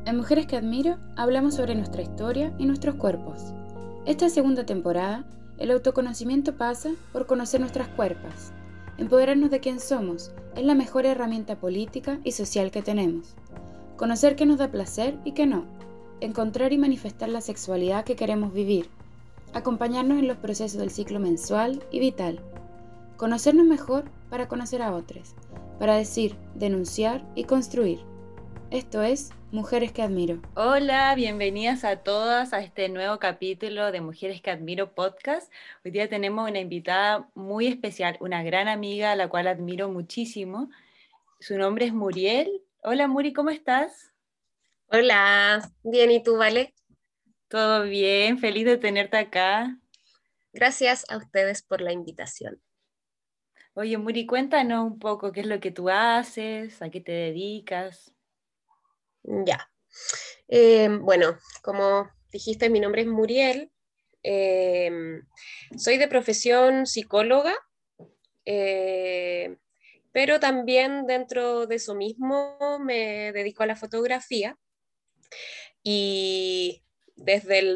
En Mujeres que Admiro hablamos sobre nuestra historia y nuestros cuerpos. Esta segunda temporada, el autoconocimiento pasa por conocer nuestras cuerpos. Empoderarnos de quién somos es la mejor herramienta política y social que tenemos. Conocer qué nos da placer y qué no. Encontrar y manifestar la sexualidad que queremos vivir. Acompañarnos en los procesos del ciclo menstrual y vital. Conocernos mejor para conocer a otros. Para decir, denunciar y construir. Esto es Mujeres que Admiro. Hola, bienvenidas a todas a este nuevo capítulo de Mujeres que Admiro podcast. Hoy día tenemos una invitada muy especial, una gran amiga a la cual admiro muchísimo. Su nombre es Muriel. Hola Muri, ¿cómo estás? Hola, bien, ¿y tú, Vale? ¿Todo bien? Feliz de tenerte acá. Gracias a ustedes por la invitación. Oye Muri, cuéntanos un poco qué es lo que tú haces, a qué te dedicas. Ya. Bueno, como dijiste, mi nombre es Muriel. Eh, Soy de profesión psicóloga, eh, pero también dentro de eso mismo me dedico a la fotografía y desde el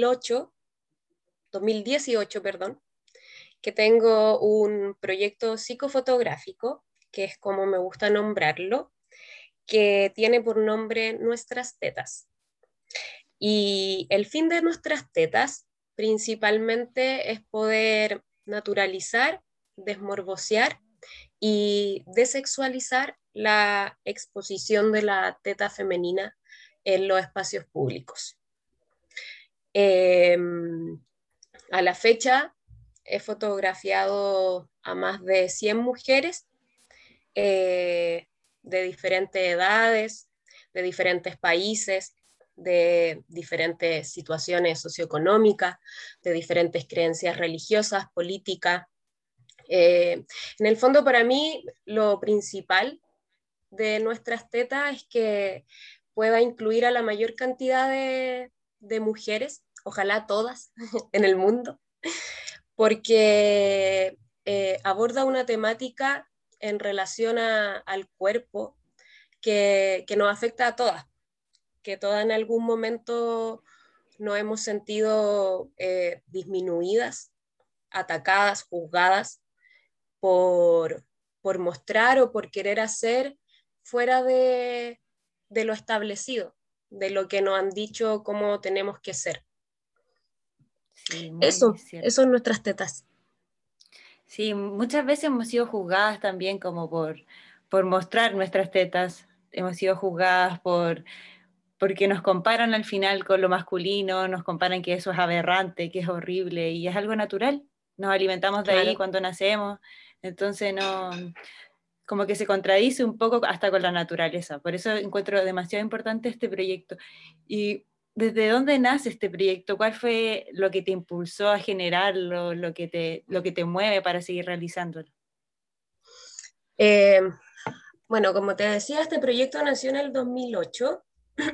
2018, perdón, que tengo un proyecto psicofotográfico, que es como me gusta nombrarlo, que tiene por nombre Nuestras Tetas. Y el fin de Nuestras Tetas principalmente es poder naturalizar, desmorbosear y desexualizar la exposición de la teta femenina en los espacios públicos. Eh, a la fecha he fotografiado a más de 100 mujeres eh, de diferentes edades, de diferentes países, de diferentes situaciones socioeconómicas, de diferentes creencias religiosas, políticas. En el fondo, para mí, lo principal de Nuestras Tetas es que pueda incluir a la mayor cantidad de mujeres, ojalá todas, en el mundo, porque aborda una temática en relación al cuerpo que nos afecta a todas, que todas en algún momento nos hemos sentido disminuidas, atacadas, juzgadas por, por mostrar o por querer hacer fuera de lo establecido, de lo que nos han dicho cómo tenemos que ser. Sí, muy Eso cierto. son Nuestras Tetas. Sí, muchas veces hemos sido juzgadas también como por mostrar nuestras tetas. Hemos sido juzgadas porque nos comparan al final con lo masculino, nos comparan que eso es aberrante, que es horrible y es algo natural. Nos alimentamos de ahí Claro. cuando nacemos, entonces no, como que se contradice un poco hasta con la naturaleza. Por eso encuentro demasiado importante este proyecto. ¿Y desde dónde nace este proyecto? ¿Cuál fue lo que te impulsó a generarlo, lo que te mueve para seguir realizándolo? Eh, bueno, como te decía, este proyecto nació en el 2008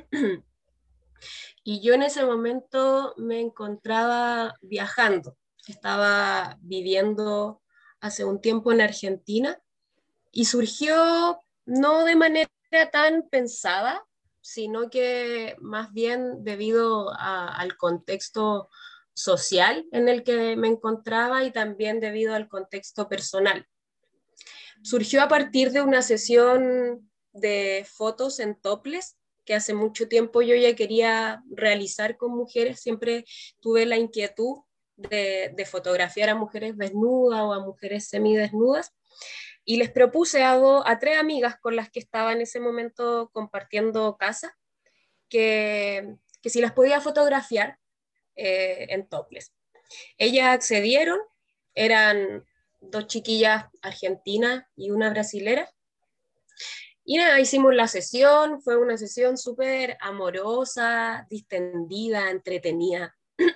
y yo en ese momento me encontraba viajando. Estaba viviendo hace un tiempo en Argentina y surgió no de manera tan pensada, sino que más bien debido al contexto social en el que me encontraba y también debido al contexto personal. Surgió a partir de una sesión de fotos en topless que hace mucho tiempo yo ya quería realizar con mujeres. Siempre tuve la inquietud de fotografiar a mujeres desnudas o a mujeres semidesnudas y les propuse a tres amigas con las que estaba en ese momento compartiendo casa que si las podía fotografiar en topless. Ellas accedieron, eran dos chiquillas argentinas y una brasilera. Y nada, hicimos la sesión, fue una sesión súper amorosa, distendida, entretenida.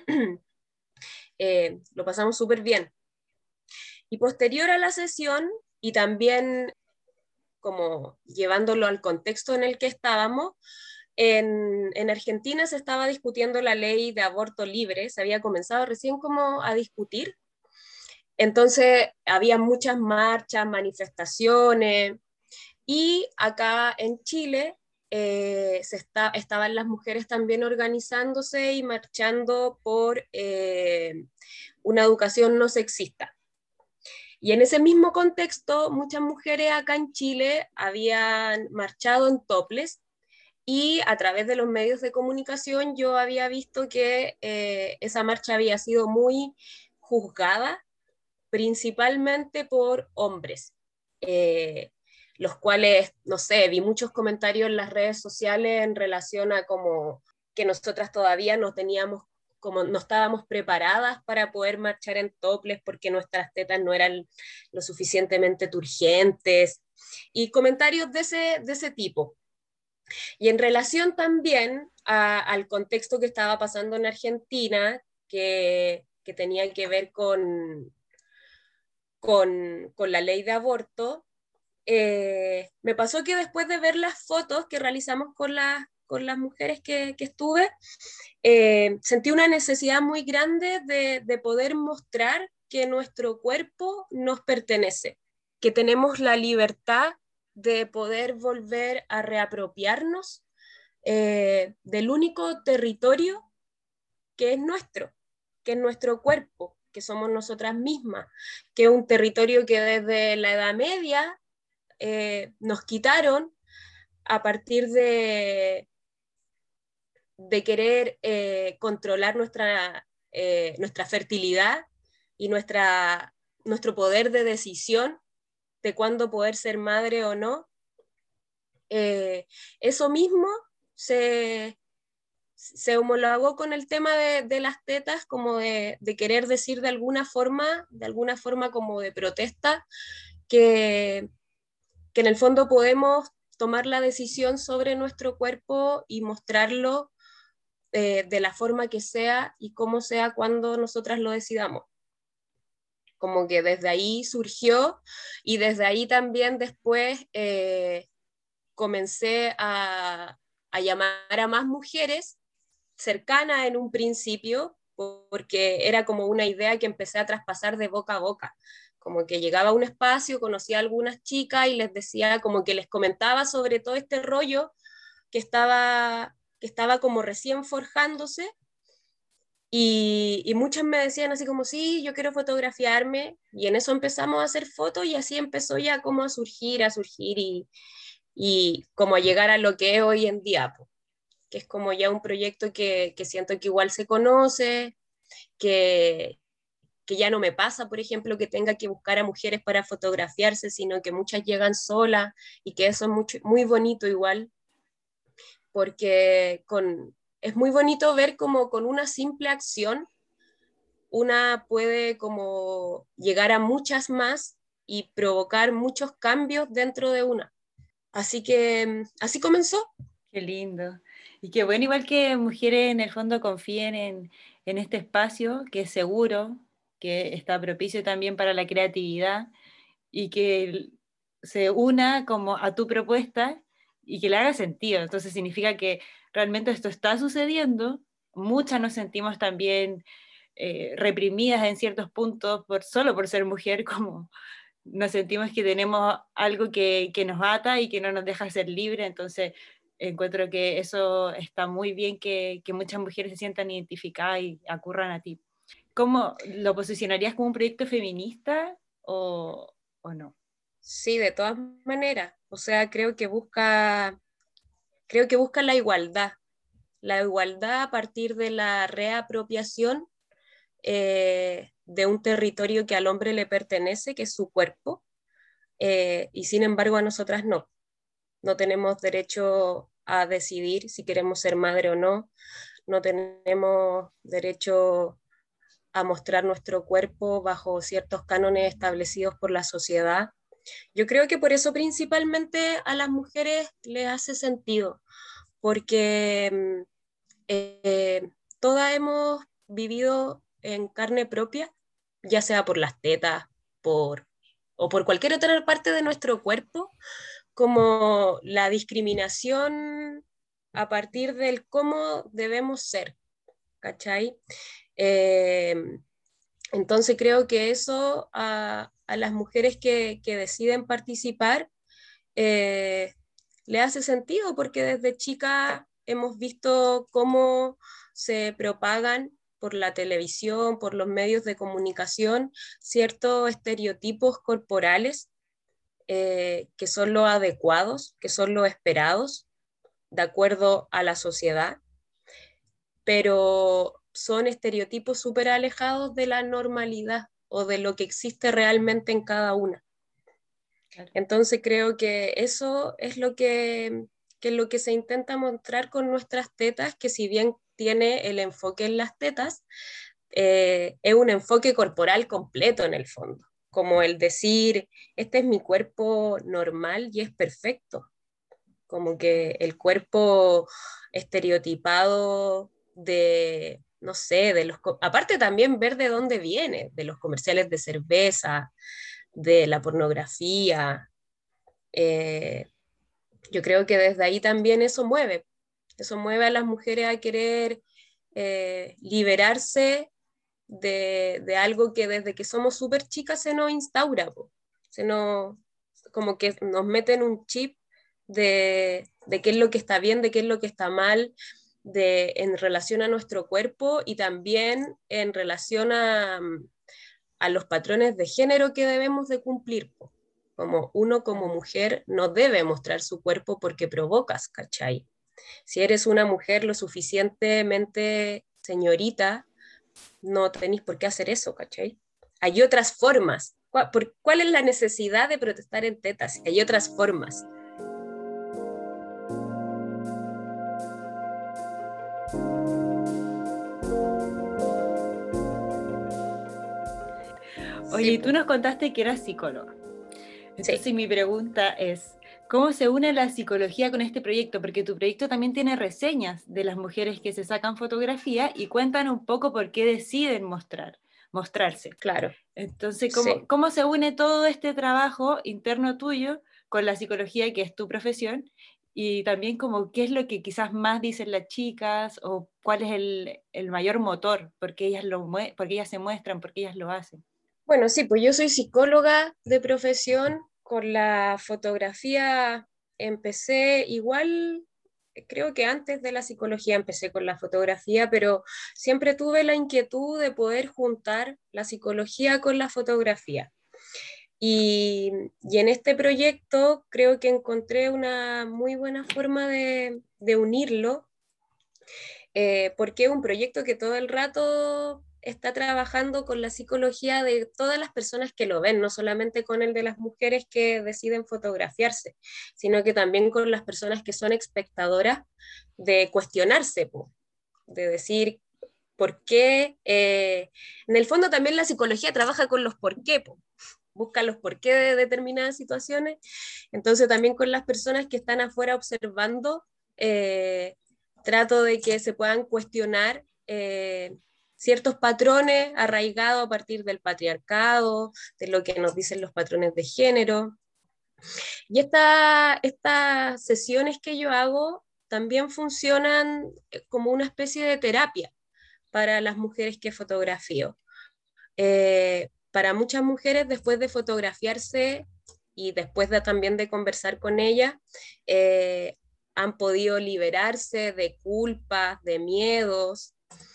Lo pasamos súper bien. Y posterior a la sesión, y también como llevándolo al contexto en el que estábamos, en Argentina se estaba discutiendo la ley de aborto libre, se había comenzado recién como a discutir. Entonces había muchas marchas, manifestaciones, y acá en Chile estaban las mujeres también organizándose y marchando por una educación no sexista. Y en ese mismo contexto, muchas mujeres acá en Chile habían marchado en toples, y a través de los medios de comunicación yo había visto que esa marcha había sido muy juzgada, principalmente por hombres, eh, los cuales, no sé, vi muchos comentarios en las redes sociales en relación a como que nosotras todavía no teníamos, como no estábamos preparadas para poder marchar en toples porque nuestras tetas no eran lo suficientemente turgentes, y comentarios de ese tipo. Y en relación también al contexto que estaba pasando en Argentina, que tenía que ver con la ley de aborto, me pasó que después de ver las fotos que realizamos con las mujeres que estuve, sentí una necesidad muy grande de poder mostrar que nuestro cuerpo nos pertenece, que tenemos la libertad de poder volver a reapropiarnos del único territorio que es nuestro, que es nuestro cuerpo, que somos nosotras mismas, que es un territorio que desde la Edad Media nos quitaron a partir de querer controlar nuestra fertilidad y nuestro poder de decisión de cuándo poder ser madre o no. Eso mismo se, se homologó con el tema de las tetas, como de querer decir de alguna forma como de protesta, que, que en el fondo podemos tomar la decisión sobre nuestro cuerpo y mostrarlo de la forma que sea y como sea cuando nosotras lo decidamos. Como que desde ahí surgió, y desde ahí también después comencé a llamar a más mujeres cercanas en un principio, porque era como una idea que empecé a traspasar de boca a boca. Como que llegaba a un espacio, conocía a algunas chicas y les decía, como que les comentaba sobre todo este rollo que estaba como recién forjándose, y muchas me decían así como, sí, yo quiero fotografiarme, y en eso empezamos a hacer fotos, y así empezó ya como a surgir y como a llegar a lo que es hoy en día, po, que es como ya un proyecto que siento que igual se conoce, que, que ya no me pasa, por ejemplo, que tenga que buscar a mujeres para fotografiarse, sino que muchas llegan solas, y que eso es muy bonito igual, porque es muy bonito ver como con una simple acción una puede como llegar a muchas más y provocar muchos cambios dentro de una. Así que así comenzó. Qué lindo. Y qué bueno, igual que mujeres en el fondo confíen en este espacio que es seguro, que está propicio también para la creatividad, y que se una como a tu propuesta y que le haga sentido. Entonces significa que realmente esto está sucediendo. Muchas nos sentimos también reprimidas en ciertos puntos solo por ser mujer, como nos sentimos que tenemos algo que nos ata y que no nos deja ser libres. Entonces encuentro que eso está muy bien, que muchas mujeres se sientan identificadas y acurran a ti. ¿Cómo lo posicionarías como un proyecto feminista o no? Sí, de todas maneras. O sea, creo que busca la igualdad a partir de la reapropiación de un territorio que al hombre le pertenece, que es su cuerpo, y sin embargo a nosotras no. No tenemos derecho a decidir si queremos ser madre o no, no tenemos derecho a mostrar nuestro cuerpo bajo ciertos cánones establecidos por la sociedad. Yo creo que por eso principalmente a las mujeres les hace sentido, porque todas hemos vivido en carne propia, ya sea por las tetas, por, o por cualquier otra parte de nuestro cuerpo, como la discriminación a partir del cómo debemos ser, ¿cachai? Eh, entonces creo que eso a las mujeres que deciden participar, eh, le hace sentido porque desde chica hemos visto cómo se propagan por la televisión, por los medios de comunicación, ciertos estereotipos corporales que son los adecuados, que son los esperados, de acuerdo a la sociedad, pero son estereotipos súper alejados de la normalidad o de lo que existe realmente en cada una. Claro. Entonces creo que eso es lo que se intenta mostrar con nuestras tetas, que si bien tiene el enfoque en las tetas, es un enfoque corporal completo en el fondo, como el decir, este es mi cuerpo normal y es perfecto, como que el cuerpo estereotipado de, no sé, aparte también ver de dónde viene, de los comerciales de cerveza, de la pornografía. eh, yo creo que desde ahí también eso mueve a las mujeres a querer liberarse de algo que desde que somos súper chicas se nos instaura, po. Se nos, como que nos meten un chip de qué es lo que está bien, de qué es lo que está mal, en relación a nuestro cuerpo y también en relación a los patrones de género que debemos de cumplir, po. Como uno como mujer no debe mostrar su cuerpo porque provocas, ¿cachai? Si eres una mujer lo suficientemente señorita, no tenéis por qué hacer eso, ¿cachai? Hay otras formas. ¿Cuál es la necesidad de protestar en tetas? Hay otras formas. Oye, Sí, tú nos contaste que eras psicóloga. Entonces sí. mi pregunta es, ¿cómo se une la psicología con este proyecto? Porque tu proyecto también tiene reseñas de las mujeres que se sacan fotografía y cuentan un poco por qué deciden mostrarse. Claro, Entonces, sí. ¿cómo se une todo este trabajo interno tuyo con la psicología, que es tu profesión? Y también como qué es lo que quizás más dicen las chicas o cuál es el mayor motor, porque porque ellas se muestran, porque ellas lo hacen. Bueno, sí, pues yo soy psicóloga de profesión. Con la fotografía empecé igual, creo que antes de la psicología empecé con la fotografía, pero siempre tuve la inquietud de poder juntar la psicología con la fotografía. Y en este proyecto creo que encontré una muy buena forma de unirlo, porque es un proyecto que todo el rato está trabajando con la psicología de todas las personas que lo ven, no solamente con el de las mujeres que deciden fotografiarse, sino que también con las personas que son espectadoras, de cuestionarse, po, de decir por qué. En el fondo también la psicología trabaja con los por qué, po, busca los por qué de determinadas situaciones. Entonces también con las personas que están afuera observando, eh, trato de que se puedan cuestionar ciertos patrones arraigados a partir del patriarcado, de lo que nos dicen los patrones de género. Y estas sesiones que yo hago también funcionan como una especie de terapia para las mujeres que fotografío. Para muchas mujeres, después de fotografiarse y después también de conversar con ellas, han podido liberarse de culpas, de miedos.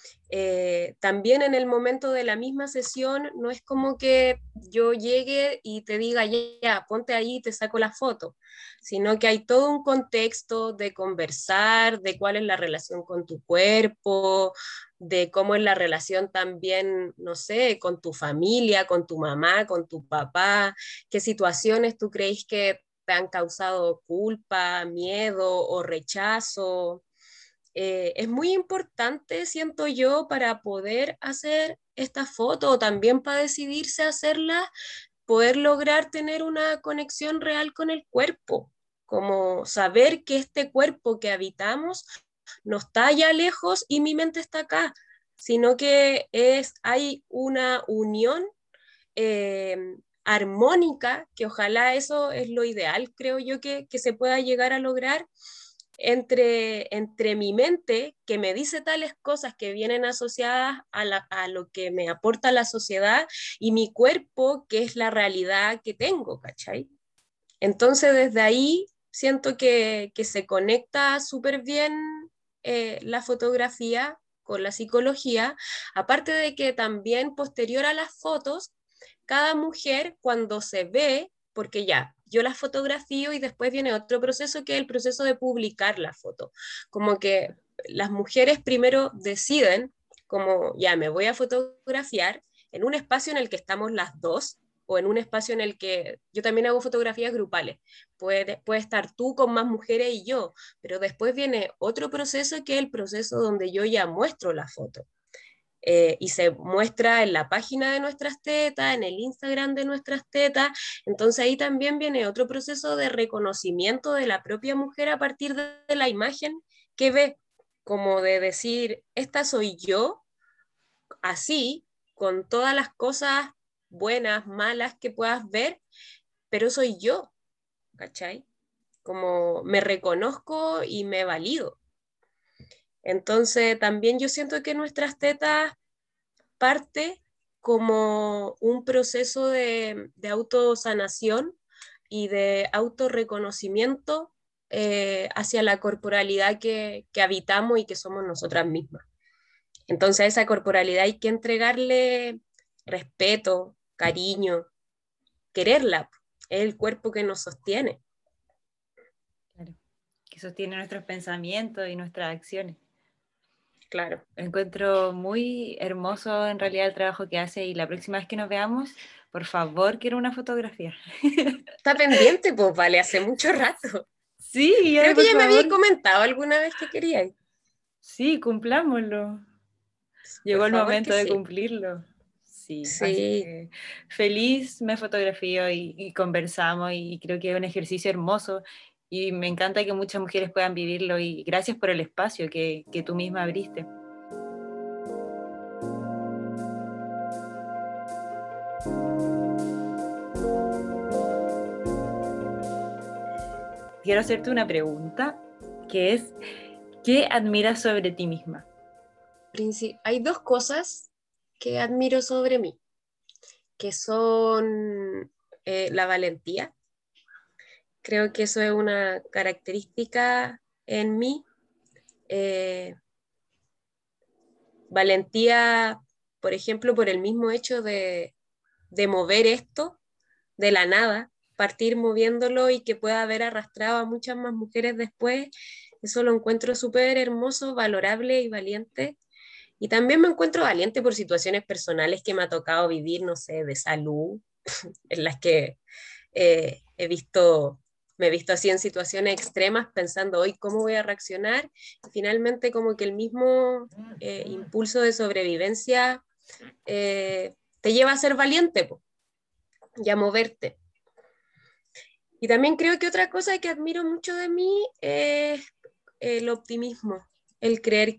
También en el momento de la misma sesión, no es como que yo llegue y te diga, ya, ponte ahí y te saco la foto, sino que hay todo un contexto de conversar, de cuál es la relación con tu cuerpo, de cómo es la relación también, no sé, con tu familia, con tu mamá, con tu papá, qué situaciones tú crees que te han causado culpa, miedo o rechazo. Es muy importante, siento yo, para poder hacer esta foto o también para decidirse a hacerla, poder lograr tener una conexión real con el cuerpo, como saber que este cuerpo que habitamos no está allá lejos y mi mente está acá, sino que hay una unión eh, armónica, que ojalá eso es lo ideal, creo yo, que se pueda llegar a lograr entre mi mente, que me dice tales cosas que vienen asociadas a lo que me aporta la sociedad, y mi cuerpo, que es la realidad que tengo, ¿cachai? Entonces, desde ahí siento que se conecta súper bien la fotografía con la psicología, aparte de que también posterior a las fotos, cada mujer cuando se ve, porque ya, yo las fotografío y después viene otro proceso que es el proceso de publicar la foto, como que las mujeres primero deciden como ya me voy a fotografiar en un espacio en el que estamos las dos o en un espacio en el que yo también hago fotografías grupales. Puede estar tú con más mujeres y yo, pero después viene otro proceso que es el proceso donde yo ya muestro la foto. Y se muestra en la página de nuestras tetas, en el Instagram de nuestras tetas, entonces ahí también viene otro proceso de reconocimiento de la propia mujer a partir de la imagen que ve, como de decir, esta soy yo, así, con todas las cosas buenas, malas que puedas ver, pero soy yo, ¿cachai? Como me reconozco y me valido. Entonces también yo siento que nuestras tetas parte como un proceso de autosanación y de autorreconocimiento hacia la corporalidad que habitamos y que somos nosotras mismas. Entonces a esa corporalidad hay que entregarle respeto, cariño, quererla. Es el cuerpo que nos sostiene. Claro, que sostiene nuestros pensamientos y nuestras acciones. Claro. Encuentro muy hermoso en realidad el trabajo que hace y la próxima vez que nos veamos, por favor, quiero una fotografía. Está pendiente, pues vale, hace mucho rato. Sí, Creo que por ya me favor. había comentado alguna vez que quería. Sí, cumplámoslo. Por Llegó el favor que momento de sí. cumplirlo. Sí, así Sí, que feliz me fotografío y conversamos y creo que es un ejercicio hermoso y me encanta que muchas mujeres puedan vivirlo y gracias por el espacio que tú misma abriste. Quiero hacerte una pregunta que es, ¿qué admiras sobre ti misma? hay dos cosas que admiro sobre mí, que son la valentía. Creo que eso es una característica en mí. Eh, Valentía, por ejemplo, por el mismo hecho de mover esto de la nada, partir moviéndolo y que pueda haber arrastrado a muchas más mujeres después. Eso lo encuentro súper hermoso, valorable y valiente. Y también me encuentro valiente por situaciones personales que me ha tocado vivir, no sé, de salud, en las que he visto, me he visto así en situaciones extremas pensando hoy cómo voy a reaccionar. Y finalmente como que el mismo impulso de sobrevivencia te lleva a ser valiente po, y a moverte. Y también creo que otra cosa que admiro mucho de mí es el optimismo, el creer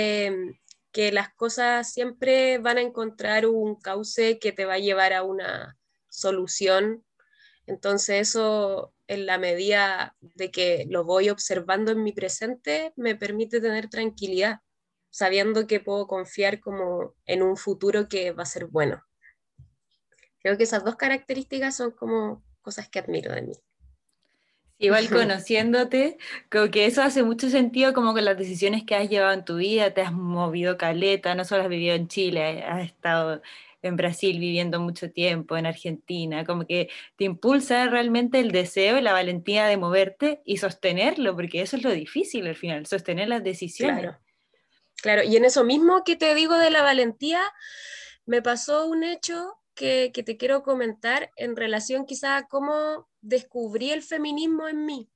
que las cosas siempre van a encontrar un cauce que te va a llevar a una solución. Entonces eso, en la medida de que lo voy observando en mi presente, me permite tener tranquilidad, sabiendo que puedo confiar como en un futuro que va a ser bueno. Creo que esas dos características son como cosas que admiro de mí. Igual conociéndote, creo que eso hace mucho sentido como con las decisiones que has llevado en tu vida, te has movido caleta, no solo has vivido en Chile, has estado en Brasil viviendo mucho tiempo, en Argentina, como que te impulsa realmente el deseo y la valentía de moverte y sostenerlo, porque eso es lo difícil al final, sostener las decisiones. Claro, claro. Y en eso mismo que te digo de la valentía, me pasó un hecho que te quiero comentar en relación quizá a cómo descubrí el feminismo en mí.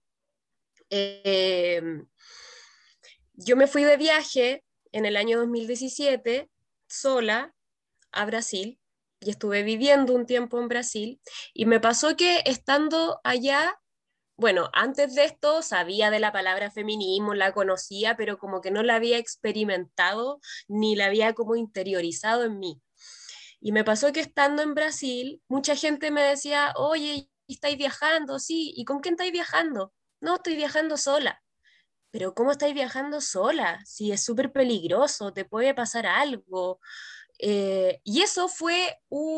Eh, yo me fui de viaje en el año 2017 sola a Brasil y estuve viviendo un tiempo en Brasil y me pasó que estando allá, bueno, antes de esto sabía de la palabra feminismo, la conocía, pero como que no la había experimentado ni la había como interiorizado en mí. Y me pasó que estando en Brasil, mucha gente me decía, oye, ¿estáis viajando? Sí, ¿y con quién estáis viajando? No, estoy viajando sola. Pero ¿cómo estáis viajando sola? Si es súper peligroso, te puede pasar algo. Y eso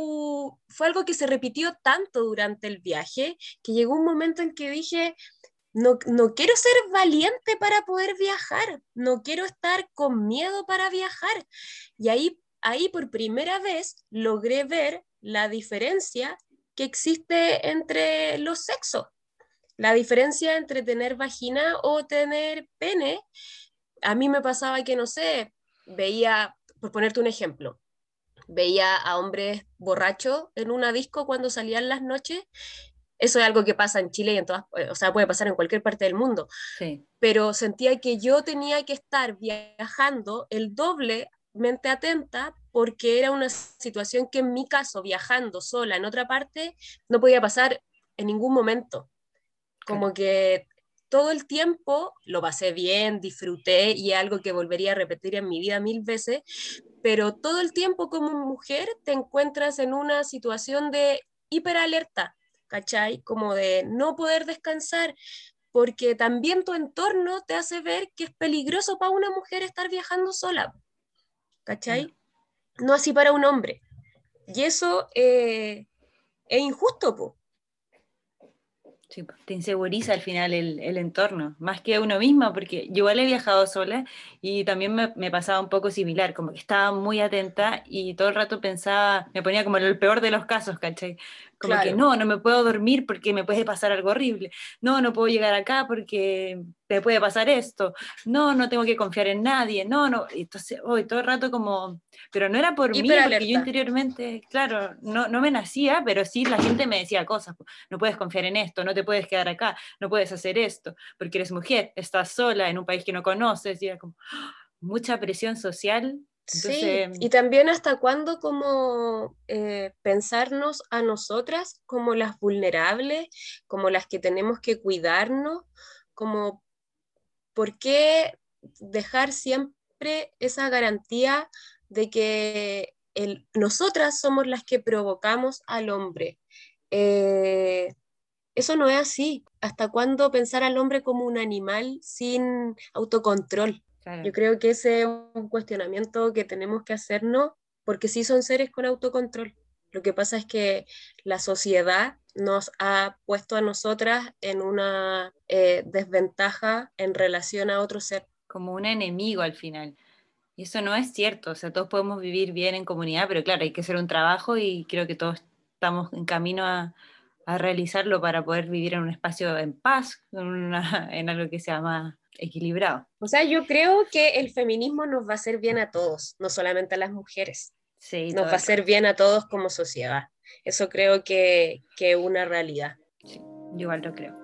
fue algo que se repitió tanto durante el viaje que llegó un momento en que dije, no quiero ser valiente para poder viajar, no quiero estar con miedo para viajar. Y ahí por primera vez logré ver la diferencia que existe entre los sexos. La diferencia entre tener vagina o tener pene. A mí me pasaba que, no sé, veía, por ponerte un ejemplo, veía a hombres borrachos en una disco cuando salían las noches. Eso es algo que pasa en Chile y en todas, o sea, puede pasar en cualquier parte del mundo, Sí, pero sentía que yo tenía que estar viajando el doble mente atenta porque era una situación que en mi caso, viajando sola en otra parte, no podía pasar en ningún momento. claro. Como que todo el tiempo lo pasé bien, disfruté y es algo que volvería a repetir en mi vida 1000 veces, pero todo el tiempo como mujer te encuentras en una situación de hiperalerta, ¿cachai? Como de no poder descansar, porque también tu entorno te hace ver que es peligroso para una mujer estar viajando sola, Claro. ¿cachai? No así para un hombre. Y eso es injusto, po. Sí, pues, te inseguriza al final el entorno, más que uno misma, porque yo igual he viajado sola y también me pasaba un poco similar, como que estaba muy atenta y todo el rato pensaba, me ponía como en el peor de los casos, ¿cachai? Como que Claro. no me puedo dormir porque me puede pasar algo horrible, no puedo llegar acá porque me puede pasar esto, no tengo que confiar en nadie, no, y entonces, hoy todo el rato como, pero no era por mí, porque yo Hiperalerta. interiormente, claro, no me nacía, pero sí la gente me decía cosas, no puedes confiar en esto, no te puedes quedar acá, no puedes hacer esto, porque eres mujer, estás sola en un país que no conoces, y era como mucha presión social. Sí, Entonces, y también hasta cuándo como pensarnos a nosotras como las vulnerables, como las que tenemos que cuidarnos, como por qué dejar siempre esa garantía de que nosotras somos las que provocamos al hombre. Eh, Eso no es así. ¿Hasta cuándo pensar al hombre como un animal sin autocontrol? Yo claro, creo que ese es un cuestionamiento que tenemos que hacernos, porque sí son seres con autocontrol. Lo que pasa es que la sociedad nos ha puesto a nosotras en una desventaja en relación a otro ser. como un enemigo al final. Y eso no es cierto, o sea, todos podemos vivir bien en comunidad, pero claro, hay que hacer un trabajo y creo que todos estamos en camino a realizarlo para poder vivir en un espacio en paz, en algo que sea más equilibrado. O sea, yo creo que el feminismo nos va a hacer bien a todos, no solamente a las mujeres. Sí, Nos todo va a el hacer rato. bien a todos como sociedad. Eso creo que es una realidad. Sí, yo igual lo creo.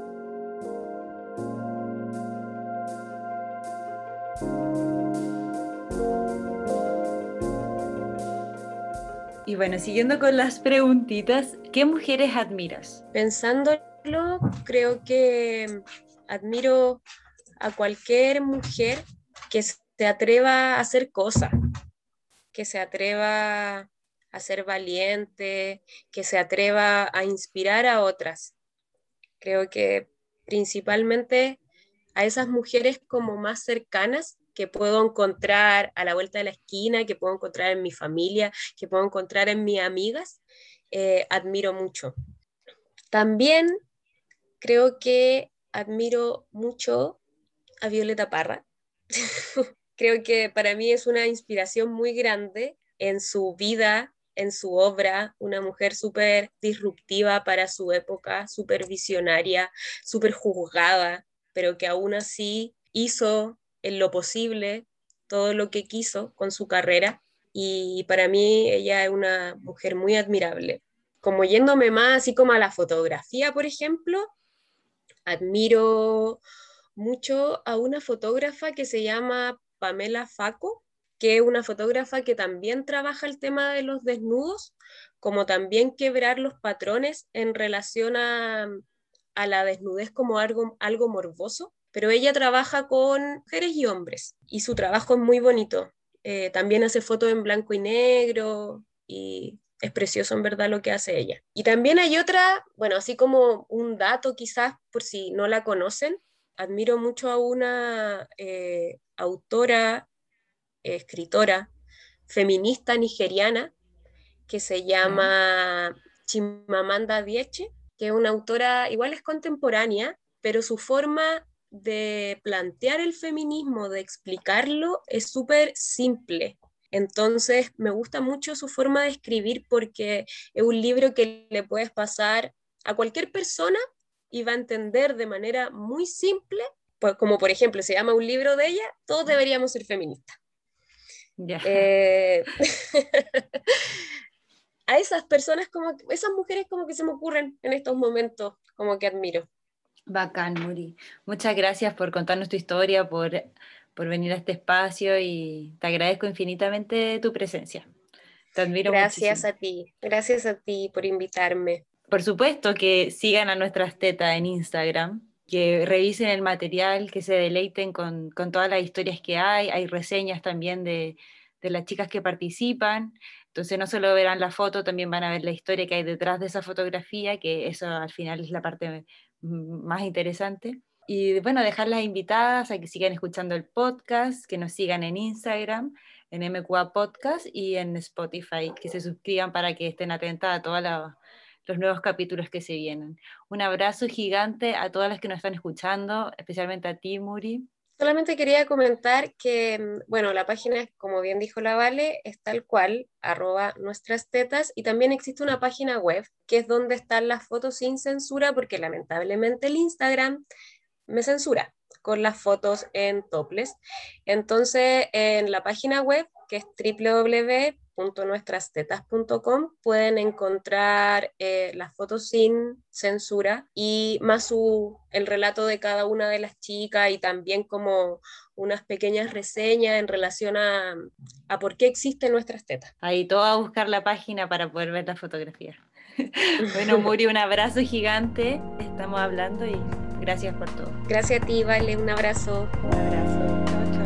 Y bueno, siguiendo con las preguntitas, ¿qué mujeres admiras? Pensándolo, creo que admiro a cualquier mujer que se atreva a hacer cosas, que se atreva a ser valiente, que se atreva a inspirar a otras. Creo que principalmente a esas mujeres como más cercanas que puedo encontrar a la vuelta de la esquina, que puedo encontrar en mi familia, que puedo encontrar en mis amigas, admiro mucho. También creo que admiro mucho a Violeta Parra. Creo que para mí es una inspiración muy grande en su vida, en su obra, una mujer súper disruptiva para su época, súper visionaria, súper juzgada, pero que aún así hizo en lo posible todo lo que quiso con su carrera y para mí ella es una mujer muy admirable. Como yéndome más así como a la fotografía, por ejemplo, admiro mucho a una fotógrafa que se llama Pamela Faco, que es una fotógrafa que también trabaja el tema de los desnudos, como también quebrar los patrones en relación a la desnudez como algo morboso, pero ella trabaja con mujeres y hombres y su trabajo es muy bonito. También hace fotos en blanco y negro y es precioso en verdad lo que hace ella. Y también hay otra, bueno, así como un dato quizás por si no la conocen, admiro mucho a una autora, escritora, feminista nigeriana que se ¿Ya? llama Chimamanda Adichie, que es una autora, igual es contemporánea, pero su forma de plantear el feminismo, de explicarlo, es súper simple. Entonces me gusta mucho su forma de escribir porque es un libro que le puedes pasar a cualquier persona y va a entender de manera muy simple, pues, como por ejemplo se llama un libro de ella, todos deberíamos ser feministas. Ya. A esas personas, esas mujeres como que se me ocurren en estos momentos, como que admiro. Bacán, Muri. Muchas gracias por contarnos tu historia, por venir a este espacio y te agradezco infinitamente tu presencia. Te admiro muchísimo. Gracias a ti por invitarme. Por supuesto que sigan a nuestras tetas en Instagram, que revisen el material, que se deleiten con todas las historias que hay reseñas también de las chicas que participan, entonces no solo verán la foto, también van a ver la historia que hay detrás de esa fotografía, que eso al final es la parte más interesante. Y bueno, dejarlas invitadas a que sigan escuchando el podcast, que nos sigan en Instagram, en MQA Podcast y en Spotify, que se suscriban para que estén atentas a todos los nuevos capítulos que se vienen. Un abrazo gigante a todas las que nos están escuchando, especialmente a ti, Muri. Solamente quería comentar que, bueno, la página, como bien dijo la Vale, es tal cual, @nuestrastetas, y también existe una página web, que es donde están las fotos sin censura, porque lamentablemente el Instagram me censura con las fotos en topless. Entonces, en la página web, que es www.nuestrastetas.com, pueden encontrar las fotos sin censura y más el relato de cada una de las chicas y también como unas pequeñas reseñas en relación a por qué existen nuestras tetas. Ahí todo a buscar la página para poder ver la fotografía. Bueno, Muri, un abrazo gigante. Estamos hablando y gracias por todo. Gracias a ti, Vale, un abrazo. Un abrazo. Chao, chao.